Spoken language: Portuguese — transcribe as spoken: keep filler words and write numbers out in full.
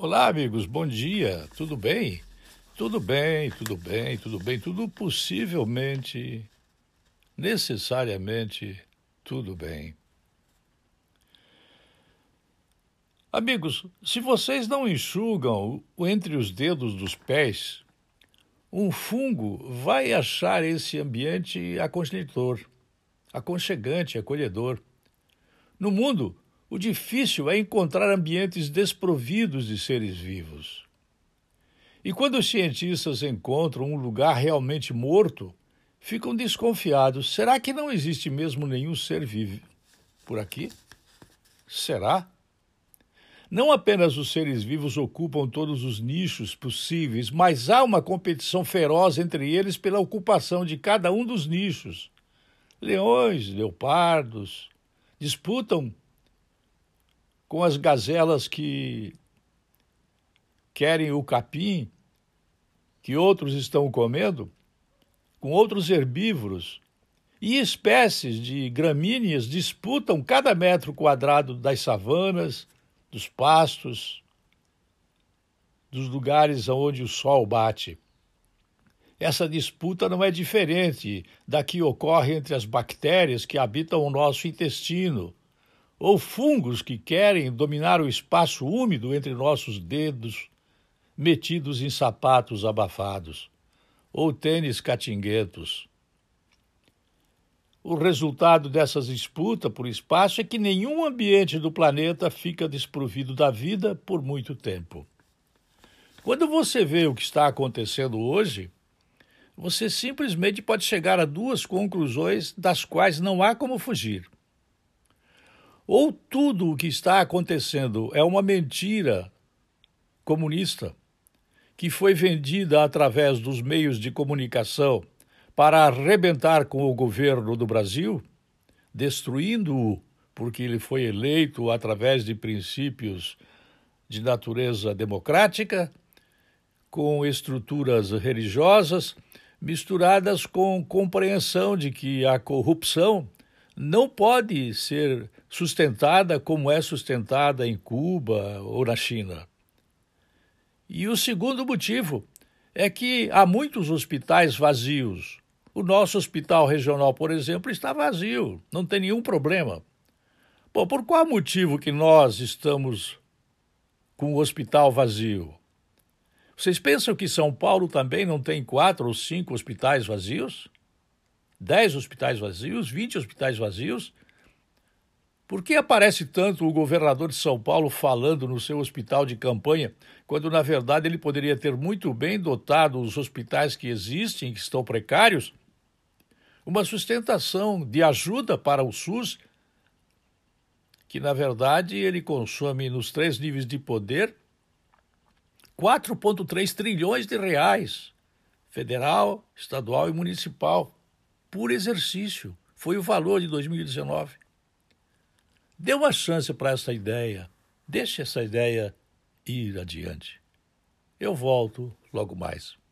Olá, amigos, bom dia, tudo bem? Tudo bem, tudo bem, tudo bem, tudo possivelmente, necessariamente, tudo bem. Amigos, se vocês não enxugam o- entre os dedos dos pés, um fungo vai achar esse ambiente aconchegante, aconchegante, acolhedor. No mundo, o difícil é encontrar ambientes desprovidos de seres vivos. E quando os cientistas encontram um lugar realmente morto, ficam desconfiados. Será que não existe mesmo nenhum ser vivo por aqui? Será? Não apenas os seres vivos ocupam todos os nichos possíveis, mas há uma competição feroz entre eles pela ocupação de cada um dos nichos. Leões, leopardos, disputam com as gazelas que querem o capim, que outros estão comendo, com outros herbívoros, e espécies de gramíneas disputam cada metro quadrado das savanas, dos pastos, dos lugares onde o sol bate. Essa disputa não é diferente da que ocorre entre as bactérias que habitam o nosso intestino, ou fungos que querem dominar o espaço úmido entre nossos dedos, metidos em sapatos abafados, ou tênis catinguentos. O resultado dessas disputas por espaço é que nenhum ambiente do planeta fica desprovido da vida por muito tempo. Quando você vê o que está acontecendo hoje, você simplesmente pode chegar a duas conclusões das quais não há como fugir. Ou tudo o que está acontecendo é uma mentira comunista, que foi vendida através dos meios de comunicação para arrebentar com o governo do Brasil, destruindo-o, porque ele foi eleito através de princípios de natureza democrática, com estruturas religiosas, misturadas com compreensão de que a corrupção não pode ser sustentada como é sustentada em Cuba ou na China. E o segundo motivo é que há muitos hospitais vazios. O nosso hospital regional, por exemplo, está vazio, não tem nenhum problema. Bom, por qual motivo que nós estamos com o hospital vazio? Vocês pensam que São Paulo também não tem quatro ou cinco hospitais vazios? Dez hospitais vazios? Vinte hospitais vazios? Por que aparece tanto o governador de São Paulo falando no seu hospital de campanha, quando, na verdade, ele poderia ter muito bem dotado os hospitais que existem, que estão precários, uma sustentação de ajuda para o SUS, que, na verdade, ele consome nos três níveis de poder quatro vírgula três trilhões de reais, federal, estadual e municipal, por exercício. Foi o valor de dois mil e dezenove. Dê uma chance para essa ideia. Deixe essa ideia ir adiante. Eu volto logo mais.